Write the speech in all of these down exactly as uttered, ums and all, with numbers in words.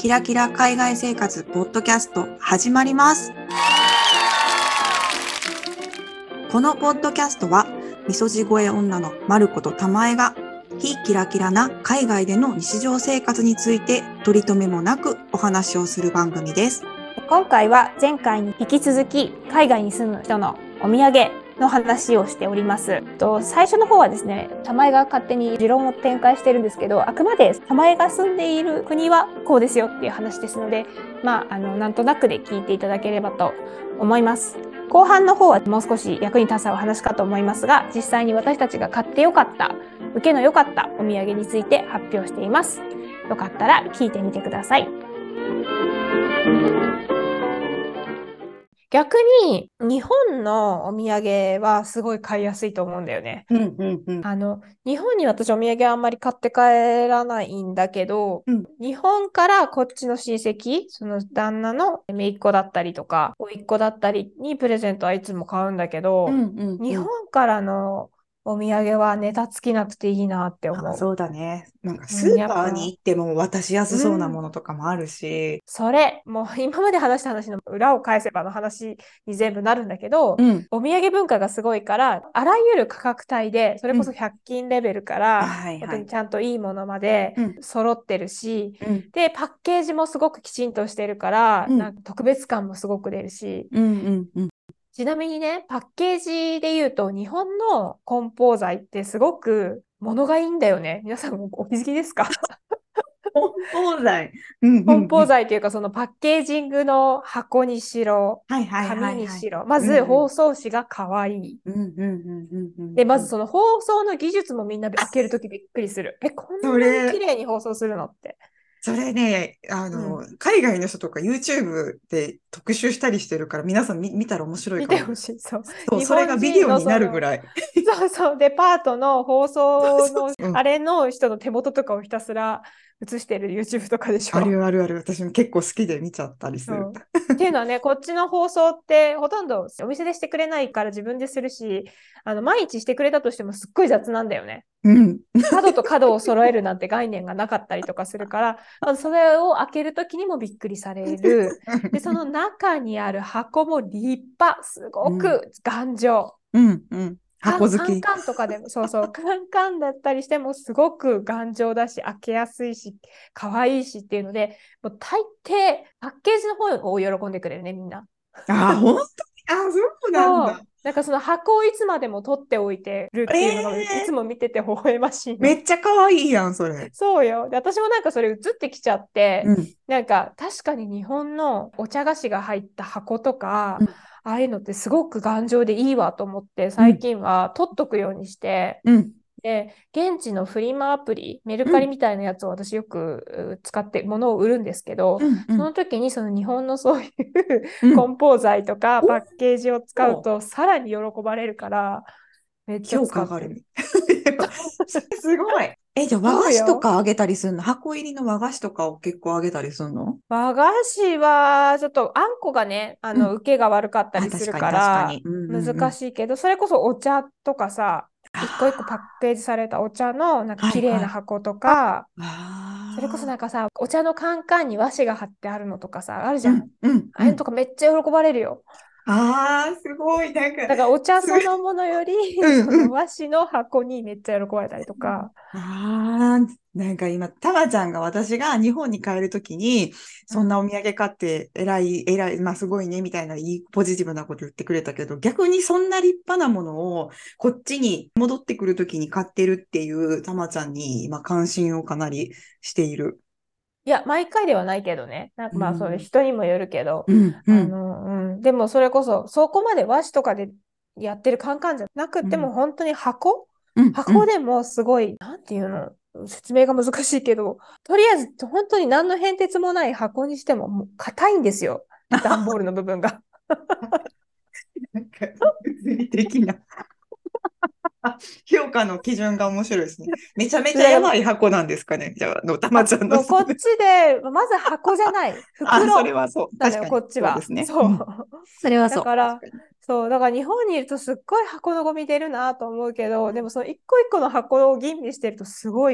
キラキラ海外生活ポッドキャスト始まります。このポッドキャストはみそじ声女のまることたまえが非キラキラな海外での日常生活について取り留めもなくお話をする番組です。 今回は前回に引き続き海外に住む人のお土産の話をしております。と最初の方はですね、たまえが勝手に持論を展開してるんですけど、あくまでたまえが住んでいる国はこうですよっていう話ですので、まあ、あのなんとなくで聞いていただければと思います。後半の方はもう少し役に立つお話かと思いますが、実際に私たちが買ってよかった、受けの良かったお土産について発表しています。よかったら聞いてみてください。逆に日本のお土産はすごい買いやすいと思うんだよね。 うんうんうん、 あの日本に私お土産あんまり買って帰らないんだけど、うん、日本からこっちの親戚、その旦那の姪っ子だったりとか甥っ子だったりにプレゼントはいつも買うんだけど、うんうんうん、日本からのお土産はネタ尽きなくていいなって思う。 あ、そうだね。なんかスーパーに行っても渡しやすそうなものとかもあるし、うん、 それもう今まで話した話の裏を返せばの話に全部なるんだけど、うん、お土産文化がすごいからあらゆる価格帯でそれこそひゃく均レベルから、うん、本当にちゃんといいものまで揃ってるし、うん、でパッケージもすごくきちんとしてるから、うん、なんか特別感もすごく出るし、うんうんうん、ちなみにね、パッケージで言うと日本の梱包材ってすごく物がいいんだよね。皆さんもお気づきですか？ 梱包材、 梱包材というかそのパッケージングの箱にしろ、 はいはいはいはい、 紙にしろ、まず包装紙が可愛い。で、まずその包装の技術もみんな開けるときびっくりする。え、こんなに綺麗に包装するのって。 それね、あの、うん、海外の人とか YouTube で特集したりしてるから皆さん 見, 見たら面白いかも。 見てほしい。そう。 そう、それがビデオになるぐらい。 そうそう。デパートの放送のあれの人の手元とかをひたすら映してる YouTube とかでしょ。 あるあるある。私も結構好きで見ちゃったりする。 っていうのはね、こっちの放送ってほとんどお店でしてくれないから自分でするし、あの毎日してくれたとしてもすっごい雑なんだよね。うん、角と角を揃えるなんて概念がなかったりとかするから、まずそれを開けるときにもびっくりされる。で、その中にある箱も立派、すごく頑丈。 うんうん、箱好き。 カンカンとかでも、そうそう、カンカンだったりしてもすごく頑丈だし、開けやすいし、可愛いしっていうので、もう大抵パッケージの方を喜んでくれるね、みんな。 あ、本当に？あ、そうなんだ。 なんかその箱をいつまでも取っておいてるっていうのが、えー、いつも見てて微笑ましいの。 めっちゃ可愛いやん、それ。 そうよ。で、私もなんかそれ映ってきちゃって、うん、なんか確かに日本のお茶菓子が入った箱とか、うん、ああいうのってすごく頑丈でいいわと思って最近は取っとくようにして、うん、で現地のフリマアプリ、メルカリみたいなやつを私よく使って物を売るんですけど、うんうん、その時にその日本のそういう梱包材とかパッケージを使うとさらに喜ばれるからめっちゃ使ってる。 すごい。え、じゃあ和菓子とかあげたりするの？箱入りの和菓子とかを結構あげたりするの？ 和菓子はちょっとあんこがね、あの、うん、受けが悪かったりするから難しいけど、それこそお茶とかさ、一個一個パッケージされたお茶のなんか綺麗な箱とか、はいはい、それこそなんかさ、お茶のカンカンに和紙が貼ってあるのとかさ、あるじゃん。うんうんうん、ああいうのとかめっちゃ喜ばれるよ。 あー、すごい。なんか。 だからお茶そのものより、うんうん、その和紙の箱にめっちゃ喜ばれたりとか。 あー、なんか今、たまちゃんが私が日本に帰るときに、そんなお土産買って偉い、偉い、まあすごいね、みたいな、いいポジティブなこと言ってくれたけど、逆にそんな立派なものをこっちに戻ってくるときに買ってるっていうたまちゃんに今関心をかなりしている。 いや、毎回ではないけどね。なんかまあ、それ人にもよるけど、うんうん、あの、うん。でもそれこそ、そこまで和紙とかでやってるカンカンじゃなくても、うん、本当に箱、うん、箱でもすごい、なんていうの、説明が難しいけど、とりあえず本当に何の変哲もない箱にしても、もう硬いんですよ。段ボールの部分が。 なんか、物理的な。評価の基準が面白いですね。めちゃめちゃやばい箱なんですかね。じゃあ、のたまちゃんの。 もうこっちで、まず箱じゃない。袋。 あ、それはそう。確かに。 こっちは。 そうですね。 そう。うん、 それはそう。 だから、そう。だから日本にいるとすっごい箱のゴミ出るなと思うけど、でもその一個一個の箱を吟味してるとすごい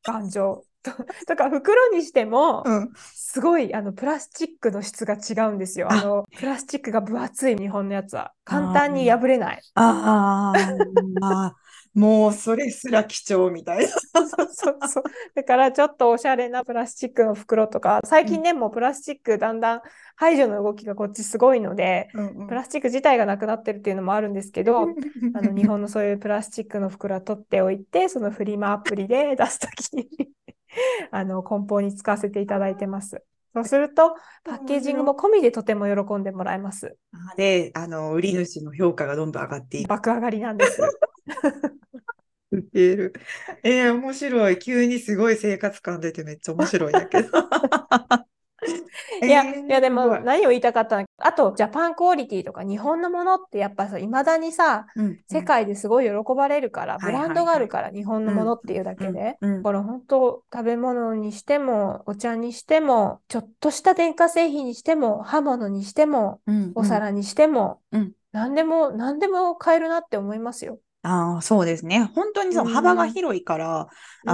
頑丈。と、とか、袋にしても、 うん。 すごい、あの、プラスチックの質が違うんですよ。ああ、 の、プラスチックが分厚い日本のやつは。簡あ単に破れない。 あ、ああ、もうそれすら貴重みたいな。 そうそうそう。だからちょっとおしゃれなプラスチックの袋とか、最うん、 近ね、もうプラスチックだんだん排除の動きがこっちすごいので、 うん、うん。 プラスチック自体がなくなってるっていうのもあるんですけど、あの日本のそういうプラスチックの袋は取っておいて、そのフリマアプリで出すときにあの梱包に使わせていただいてます。そうすると、パッケージング面白い。 も込みでとても喜んでもらえます。 で、あの、売り主の評価がどんどん上がっていく。 爆上がりなんです。 ウケる。えー、面白い。急にすごい生活感出てめっちゃ面白いんやけど。えいや、いやでー、すごい。 も何を言いたかったのか。あと、ジャパンクオリティとか日本のものってやっぱさ、未だにさ、 うん、うん。 世界ですごい喜ばれるから、ブはいランはいはい。 ドがあるから、日本のうん、 ものっていうだうん、 けで。 うん、 だから本当、食べ物にしても、お茶にしても、ちょっとした電化製品にしても、刃物にしても、 うん、うん、 お皿にしても、 うん。 何でも、何でも買えるなって思いますよ。 ああ、そうですね。本当にうその幅がん、 広いから、 うん、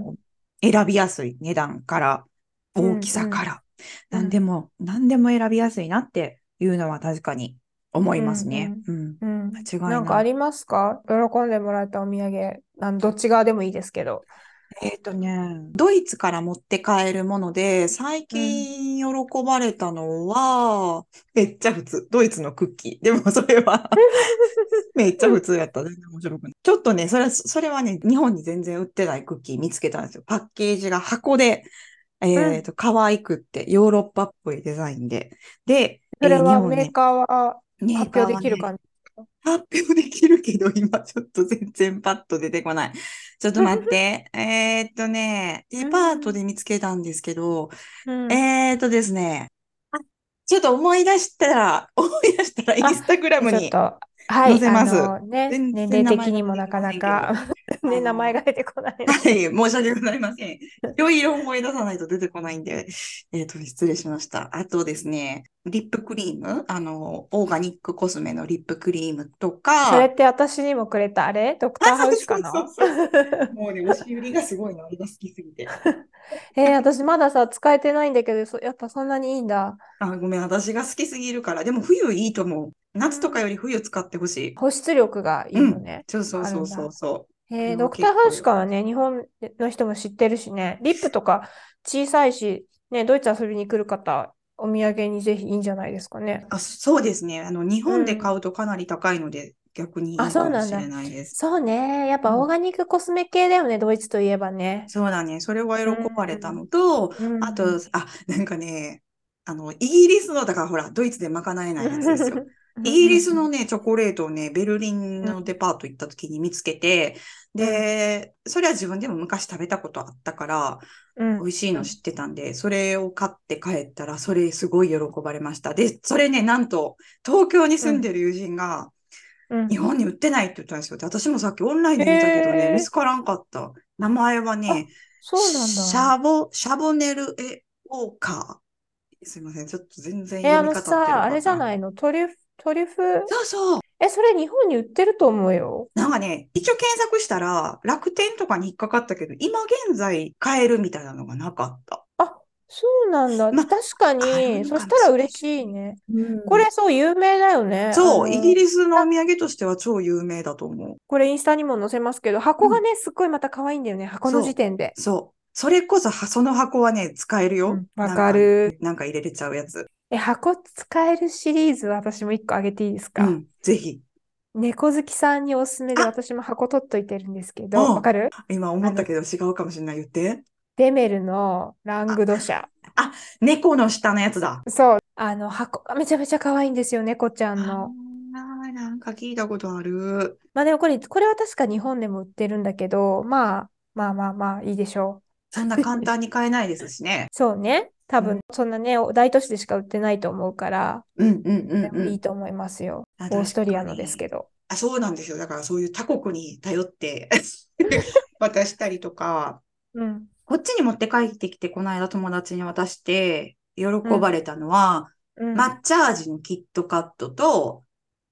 あの、選びやすい値段から、大きうん、うん、 さから、 うん。 何でも、何でも選びやすいなっていうのは確かに思いうん、うますね。 ん、 うん。 うん。 間違いない。 なんかありますか？喜んでもらえたお土産。あの、どっち側でもいいですけど。 えっとね、ドイツから持って帰るもので、最うん。 近喜ばれたのは、めっちゃ普通。ドイツのクッキー。でもそれはめっちゃ普通やった。全然面白くない。ちょっとね、それは、それはね、日本に全然売ってないクッキー見つけたんですよ。パッケージが箱で、 うん。 えっと、可愛くって、ヨーロッパっぽいデザインで。で、えそれー日本ね、 はメーカーはメー発表カーはね、 できる感じですか？ 発表できるけど、今ちょっと全然パッと出てこない。ちょっと待って。えーっとね、デパートうん。 で見つけたんですけど、 うん。 えーっとですね、あ、ちょっと思い出したら、思い出したらインあ、 スタグラムにちょっと、は載い、あせます。 のね、 全年齢然名前的にもなかが出てきませんけど。 なかね、名前あの、 が出てこないのはい、 で。 申し訳ございません。いろいろ思い出さないと出てこないんで、えっと、失礼しました。あとですね、リップクリーム、あの、オーガニックコスメのリップクリームとか、 それって私にもくれたあれドクあ、 ターハウスそうそうかな？ そうそう。もうね、押し売りがすごいの、あれが好きすぎて。 えー、私まださ、使えてないんだけど、そやっぱそんなにいいんだ。 あ、ごめん、私が好きすぎるから。でも冬いいと思う。夏とかうん。 より冬使ってほしい。 保湿力がいいうん。 のね。 そうそうそうそうあるんだ。 そう。あれえー、ドはクターハウス結構よ。 かはね、日本の人も知ってるしね、リップとか小さいし、ね、ドイツ遊びに来る方、お土産にぜひいいんじゃないですかね。 あ、そうですね。あの、日うん。 本で買うとかなり高いので、逆にあ、 いいかもしれそうなんだ。 ないです。 そうね。やっうん。 ぱオーガニックコスメ系だよね、ドイツといえばね。 そうだね。それはう喜ばれたん。 のと、 うあと、 ん。 あ、なんかね、あの、イギリスの、だからほら、ドイツで賄えないやつですよ。イギリスのね、チョコレートをね、ベルリンのデパート行った時に見つけて、 うん。 で、それは自分でも昔食べたことあったから、 うん。 美味しいうん。 の知ってたんで、それを買って帰ったら、それすごい喜ばれました。で、それね、なんと、東京にうん。 住んでる友人が、 うん。 日本に売ってないって言ったんですよ。で、私もさっきオンラインへで見たけどね、見つえ。 からんかった。名前はあ、 ね、 そうなんシだ。 ャボ、シャボネルエオーカー。すいません。ちょっと全然え、あ読み方ってるのさ、あれじゃかわからん。 ないの？トリュフ、トリュフ、 そうそう。 え、それ日本に売ってると思うよ。 なんかね、一応検索したら楽天とかに引っかかったけど、今現在買えるみたいなのがなかった。 あ、そうなんだ。 ま確かあ、あるに、そしたのかもしら嬉しれんけどね。 いね。こうん。 れそう有名だよね。あそう、イギの、 リスのおあ、 土産としては超有名だと思う。 これインスタにも載せますけど、 うん。 箱がね、すっごいまた可愛いんだよね。箱の時そう、 点で。 そう。それこそ、はその箱はね、使えるよ。 うん、わなんか、 かる。 なんか入れれちゃうやつ。 え、箱使えるシリーズ私も一個あげていいですか？ うん、ぜひ。 猫好きさんにおすすめであ、 私も箱取っといてるんですけど、わうん。 かる？ 今思あの、 ったけど違うかもしれない。言って。 デメルのランあ、 グドシャ。 あ、猫の下のやつだ。 そう。あの、箱がめちゃめちゃ可愛いんですよ、猫ちゃんあの。 ー、なんか聞いたことある。 まあでもこれ、これは確か日本でも売ってるんだけど、まあ、まあまあまあ、いいでしょそんな簡単に買えないですしね。 う。そうね。多分、 うん、 そんなね、大都市でしか売ってないと思うから、 うん、うん、うん。 でもうん。 いいと思いますよ。 あ、 オースト確リアのですかに。 けど。 あ、そうなんですよ。だからそういう他国に頼って渡したりとか、 うん。 こっちに持って帰ってきて、この間友達に渡して、喜うん。 ばれたのは、 うん。 抹茶味のキットカットと、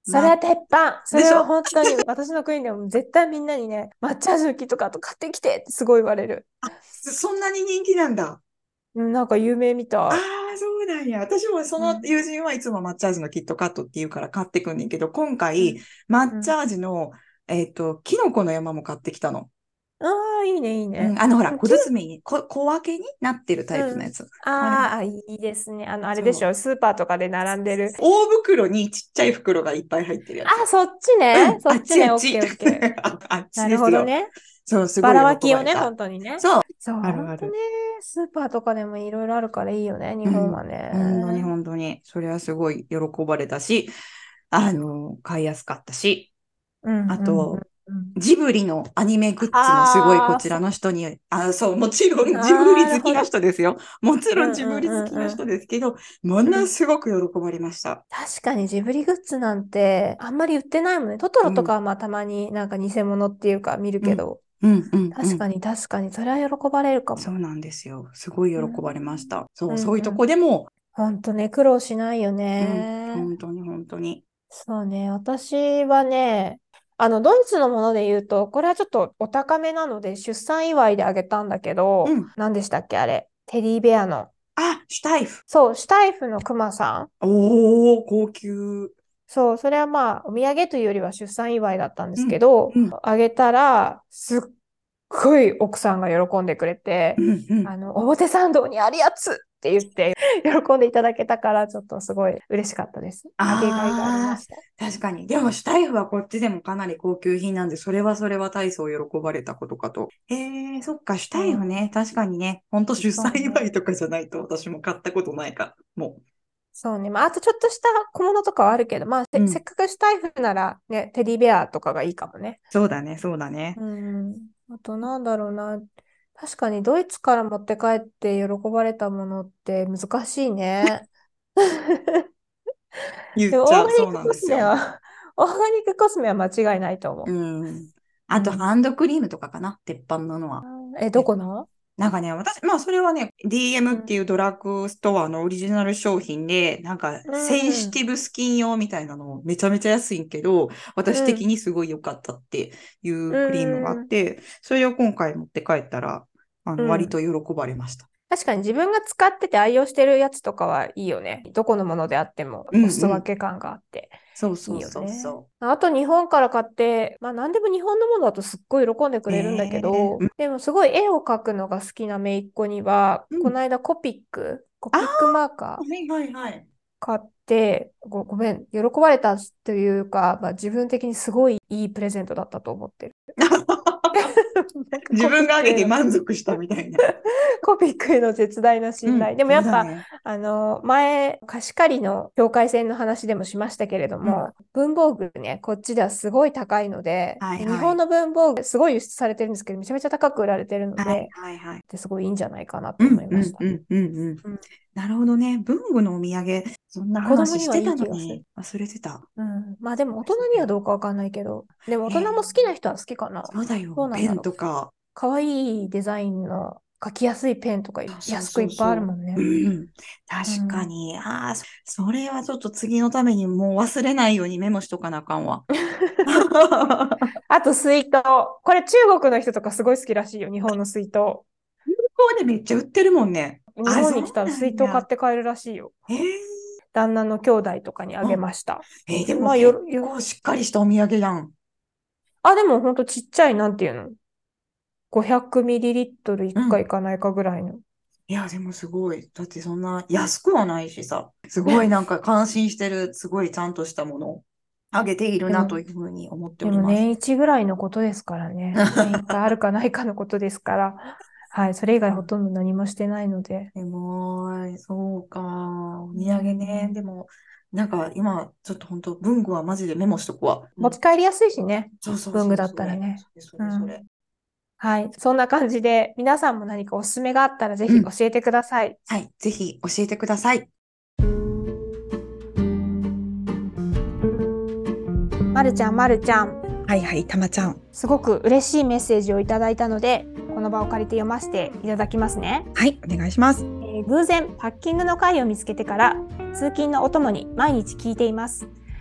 それは鉄板。それでしょは本当に私の国でも絶対みんなにね、抹茶味の木とかあと買ってきてってすごい言われる。 そんなに人気なんだ。 うんなんか有名みあたい。 あ、そうなんや。私もそのうん。 友人はいつも抹茶味のキットカットって言うから買ってくんねんけど、今回、 うん。うん。 抹茶味の、えっと、キノコの山も買ってきたの。 ああ、いいね、いいね。 うん、あの、ほら、 でも、 小きの、 包みに、こ、小分けになってるタイプうん。 のやつ。あれ、 あーあ、いいですね。あの、あれでしそう。 ょ。スーパーとかで並んでる。 大袋にちっちゃい袋がいっぱい入ってるやつ。 あ、そっちね。 うん、あっそっちね。 ちあっち。 オッケーオッケー。 あ、あっちなるですよ。 ほどね。 そう、すばらごい喜まきをね、 ばれた。 本当にね。 そう、 そう、本当ね。 あるある。 スーパーとかでもいろいろあるからいいよね、日うん、 本は本当にね。 本当に。それはすごい喜ばれたし、あの、買いやすかったし、 うんうんうんあと、 うん。 ジブリのアニメグッズもすごいこああ、 ちらそ、 の人に、あ、そう、もちろんジブリ好きななるほど。 人ですよ。もちうんろんジブリ好うんうんきな人うん。 ですけど、もうん。 のすごく喜ばれました。 確かにジブリグッズなんてあんまり売ってないもんね。トトうん、 ロとかはまあたまになんか偽物っていうか見るうん、 けど。 うん、うん、うん。 確かに確かに。それは喜ばれるかも。 そうなんですよ。すごいう喜ばれましん。 た。そう、 うんそういうとうん。 こでも、 ほんとね、苦労しないようん、 ね。 本当に本当に。 そうね、私はね、あの、ドイツのもので言うと、これはちょっとお高めなので、出産祝いであげたんだけど、 うん。 何でしたっけ、あれ。テディベアの。 あ、シュタイフ。 そう、シュタイフのクマさん。 おー、高級。 そう、それはまあ、お土産というよりは出産祝いだったんですけうん、 ど、 うん、 あげたら、すっごい奥さんが喜んでくれて、 うん、うん。 あの、表参道にあるやつって言って喜んでいただけたから、ちょっとすごい嬉しかったです。あげがいがありまああ、 した。 確かに。でも、シュタイフはこっちでもかなり高級品なんで、それはそれは大層喜ばれたことかと。へえ、そっか、シュうん、 タイフね。確かにね。ほんと出産そうね。 祝いとかじゃないと私も買ったことないから。もそうね。まあ、あとちょっとした小物とかはあるけど、まあ、 う。 せ、 うん。 せっかくシュタイフならね、テディベアとかがいいかもね。 そうだね、そうだね。 うん。あとなんだろうな。確かにドイツから持って帰って喜ばれたものって難しいね。でも、オー言っちゃう。そうガニックコスなんですよ。 メはオーガニックコスメは間違いないと思うん。 う。 あと、 うん。 ハンドクリームとかかな。鉄板なのは。 え、どこの？ なんかね、私、まあそれはね、ディーエムうん。 っていうドラッグストアのオリジナル商品で、なんかうセンシテん。 ィブスキン用みたいなのめちゃめちゃ安いんけど、私うん。 的にすごい良かったっていううクリームがあっん。 て、それを今回持って帰ったら、あの、割とうん。 喜ばれました。 確かに自分が使ってて愛用してるやつとかはいいよね。どこのものであってもうんお裾うん。 分け感があっていいそうそうよね。 そうそあと日本から買って、まあ何でも日本のものだとすっごい喜んでくう。 れるんだけえー、 ど、でもすごい絵を描くのが好きな姪っ子には、 うん。 この間コピック、コああ、 ピックマーカーはいはいはい。 買って、ご、ごめん、喜ばれたというか、まあ自分的にすごいいいプレゼントだったと思ってる。なんか自コピ分があげてックへの満足したみたいな。 コピックへの絶大なうん、 信頼。でもやっぱ、 そうだね。 あの、前、貸し借りの境界線の話でもしましたけれどうん。 も、文房具ね、こっちではすごい高いので、 はいはい。 で日本の文房具すごい輸出されてるんですけど、めちゃめちゃ高く売られてるのはいで、 はいはい。 ですごいいいんじゃないかなとうんう思いました。 んうんうんうん。 うん、 なるほどね。文具のお土産、そんな子供にはい話してたい気がする。 のに忘れてた。 うん。まあでも大人にはそうだよ。 どうかわかんないけど、でも大えー、 人も好きな人は好きかな。 そうだよ。ペンどうなんだろう。 とか。 かわいいデザインの書きやすいペンとかそうそう安くいっぱいあるそうそう。 もんね。 うん。 うん。 確かに。ああ、そそれはちょっと次のためにもう忘れないようにメモしとかなあかんわ。 あと水筒。これ中国の人とかすごい好きらしいよ。日本の水筒。 向こうでめっちゃ売ってるもんね。あ、そう日本に来たら水筒買なんや。 って帰るらしいよ。 えー、 旦那の兄弟とかにあげうん。 ました。 えーでもまあ結よ、よ、 構しっかりしたお土産やん。 あ、でもほんとちっちゃい、なんていうの？ ごひゃくミリリットル いっうん。 かいかないかぐらいの。 いや、でもすごい。だってそんな安くはないしさ。すごいなんか感心してる、すごいちゃんとしたものをあげているでも、 なというふうに思っておでもります。 年一ぐらいのことですからね。年一回あるかないかのことですから。はい。それ以外ほとんど何もしてないので。 すごい、そうか。おう土産ね。 ん、 でも、なんか今、ちょっと本当文具はマジでメモしとくわ。うん。 持ち帰りやすいしね。 そうそうそう、 文具だっそれ。 たらね。 それ、それ、そうん。 れ。 はい。そんな感じで、皆さんも何かおすすめがあったらぜうん。 ひ教えてください。 はい。ぜひ教えてください。 まるちゃん、まるちゃん。 はいはい、たまちゃん。 すごく嬉しいメッセージをいただいたので、この場を借りて読ませていただきますね。 はい、お願いします。 えー偶然、パッキングの回を見つけてから、通勤のお供に毎日聞いています。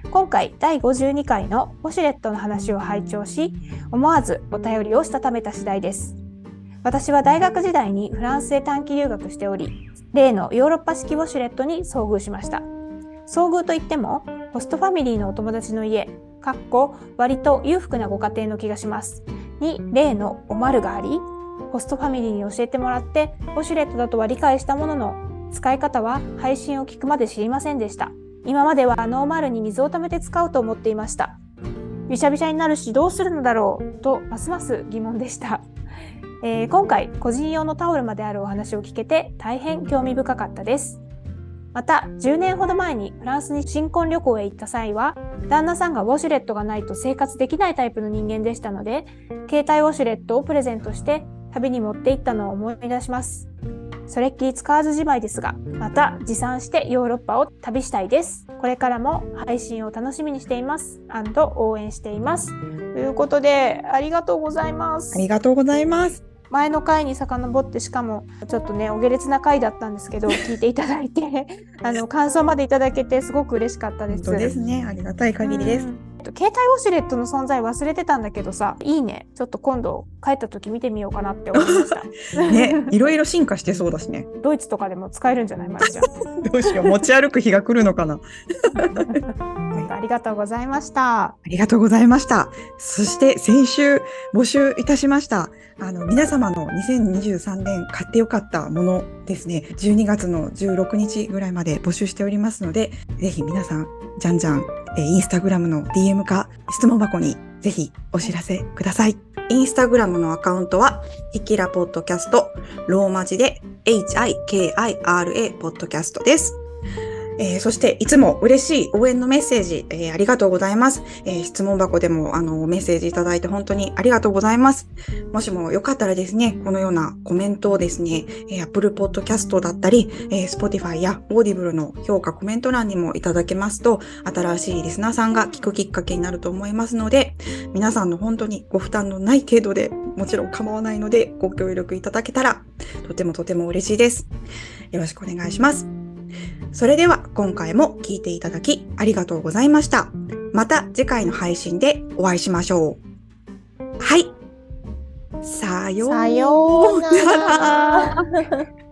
今回だいごじゅうにかいのウォシュレットの話を拝聴し、思わずお便りをしたためた次第です。私は大学時代にフランスへ短期留学しており、例のヨーロッパ式ウォシュレットに遭遇しました。遭遇といっても、ホストファミリーのお友達の家、かっこ割と裕福なご家庭の気がします。に例のおまるがあり、ホストファミリーに教えてもらって、ウォシュレットだとは理解したものの、使い方は配信を聞くまで知りませんでした。今まではノーマルに水を溜めて使うと思っていました。びしゃびしゃになるしどうするのだろうとますます疑問でした。えー、今回個人用のタオルまであるお話を聞けて大変興味深かったです。またじゅうねんほど前にフランスに新婚旅行へ行った際は、旦那さんがウォシュレットがないと生活できないタイプの人間でしたので、携帯ウォシュレットをプレゼントして旅に持って行ったのを思い出します。それっきり使わずじまいですが、また持参してヨーロッパを旅したいです。これからも配信を楽しみにしています&応援しています。ということで、ありがとうございます。 ありがとうございます。 前の回に遡って、しかもちょっとねお下劣な回だったんですけど、聞いていただいてあの感想までいただけてすごく嬉しかったです。 本当ですね、ありがたい限りです。 携帯ウォシュレットの存在忘れてたんだけどさ、いいね。ちょっと今度帰った時見てみようかなって思いましたね、いろいろ進化してそうだしね。 ドイツとかでも使えるんじゃない？まるちゃんどうしよう、持ち歩く日が来るのかなありがとうございました。 ありがとうございました。そして先週募集いたしました。あの皆様のにせんにじゅうさんねん買ってよかったものですね、じゅうにがつのじゅうろくにちぐらいまで募集しておりますので、ぜひ皆さんじゃんじゃん、えー、インスタグラムの ディーエム か質問箱にぜひお知らせください。インスタグラムのアカウントはひきらポッドキャスト、ローマ字で エイチアイケーアイアールエー ポッドキャストです。えー、そしていつも嬉しい応援のメッセージ、えー、ありがとうございます。えー、質問箱でもあのメッセージいただいて本当にありがとうございます。もしもよかったらですね、このようなコメントをですね、えー、Apple Podcast だったり、えー、Spotify や Audible の評価コメント欄にもいただけますと、新しいリスナーさんが聞くきっかけになると思いますので、皆さんの本当にご負担のない程度でもちろん構わないのでご協力いただけたらとてもとても嬉しいです。よろしくお願いします。それでは今回も聞いていただきありがとうございました。また次回の配信でお会いしましょう。はい。さようなら。